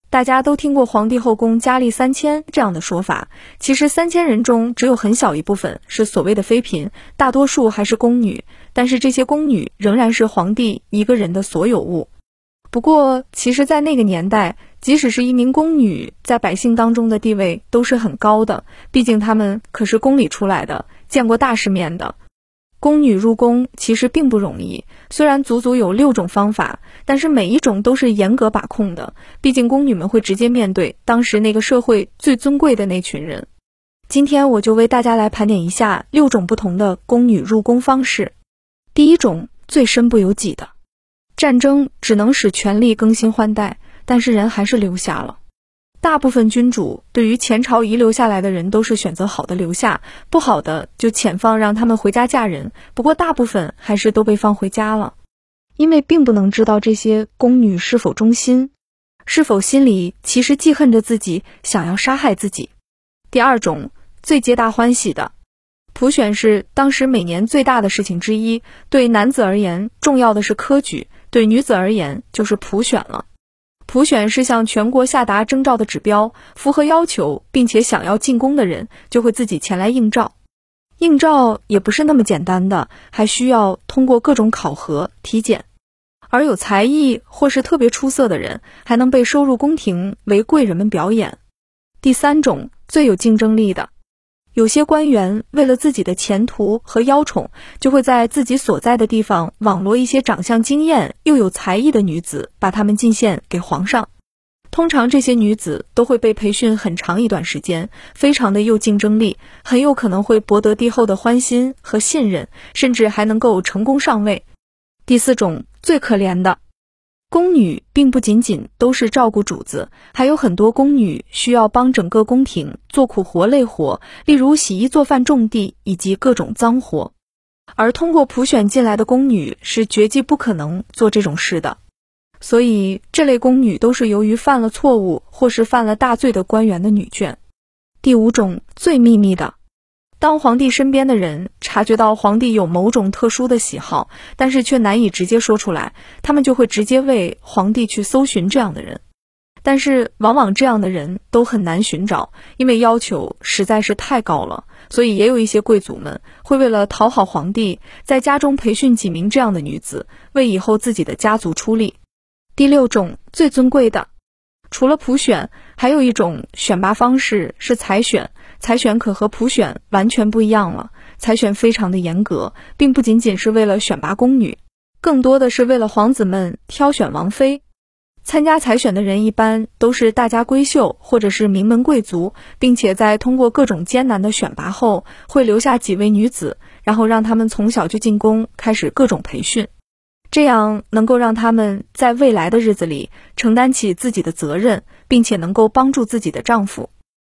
大家都听过皇帝后宫佳丽3000这样的说法，其实3000人中只有很小一部分是所谓的妃嫔，大多数还是宫女，但是这些宫女仍然是皇帝一个人的所有物。不过其实在那个年代，即使是一名宫女，在百姓当中的地位都是很高的，毕竟她们可是宫里出来的，见过大世面的。宫女入宫其实并不容易，虽然足足有6种方法，但是每一种都是严格把控的，毕竟宫女们会直接面对当时那个社会最尊贵的那群人。今天我就为大家来盘点一下6种不同的宫女入宫方式。第一种，最身不由己的。战争只能使权力更新换代，但是人还是留下了。大部分君主对于前朝遗留下来的人都是选择好的留下，不好的就遣放让他们回家嫁人，不过大部分还是都被放回家了。因为并不能知道这些宫女是否忠心，是否心里其实记恨着自己，想要杀害自己。第二种，最皆大欢喜的。普选是当时每年最大的事情之一，对男子而言重要的是科举，对女子而言就是普选了。普选是向全国下达征召的指标，符合要求并且想要进宫的人就会自己前来应召。应召也不是那么简单的，还需要通过各种考核体检，而有才艺或是特别出色的人还能被收入宫廷为贵人们表演。第三种，最有竞争力的。有些官员为了自己的前途和邀宠，就会在自己所在的地方网罗一些长相惊艳又有才艺的女子，把她们进献给皇上。通常这些女子都会被培训很长一段时间，非常的有竞争力，很有可能会博得帝后的欢心和信任，甚至还能够成功上位。第四种，最可怜的。宫女并不仅仅都是照顾主子，还有很多宫女需要帮整个宫廷做苦活累活，例如洗衣做饭种地以及各种脏活。而通过普选进来的宫女是绝技不可能做这种事的，所以这类宫女都是由于犯了错误或是犯了大罪的官员的女眷。第五种，最秘密的。当皇帝身边的人察觉到皇帝有某种特殊的喜好，但是却难以直接说出来，他们就会直接为皇帝去搜寻这样的人。但是往往这样的人都很难寻找，因为要求实在是太高了，所以也有一些贵族们会为了讨好皇帝，在家中培训几名这样的女子，为以后自己的家族出力。第六种，最尊贵的。除了普选，还有一种选拔方式是采选。采选可和普选完全不一样了，采选非常的严格，并不仅仅是为了选拔宫女，更多的是为了皇子们挑选王妃。参加采选的人一般都是大家闺秀或者是名门贵族，并且在通过各种艰难的选拔后，会留下几位女子，然后让她们从小就进宫，开始各种培训。这样能够让她们在未来的日子里承担起自己的责任，并且能够帮助自己的丈夫。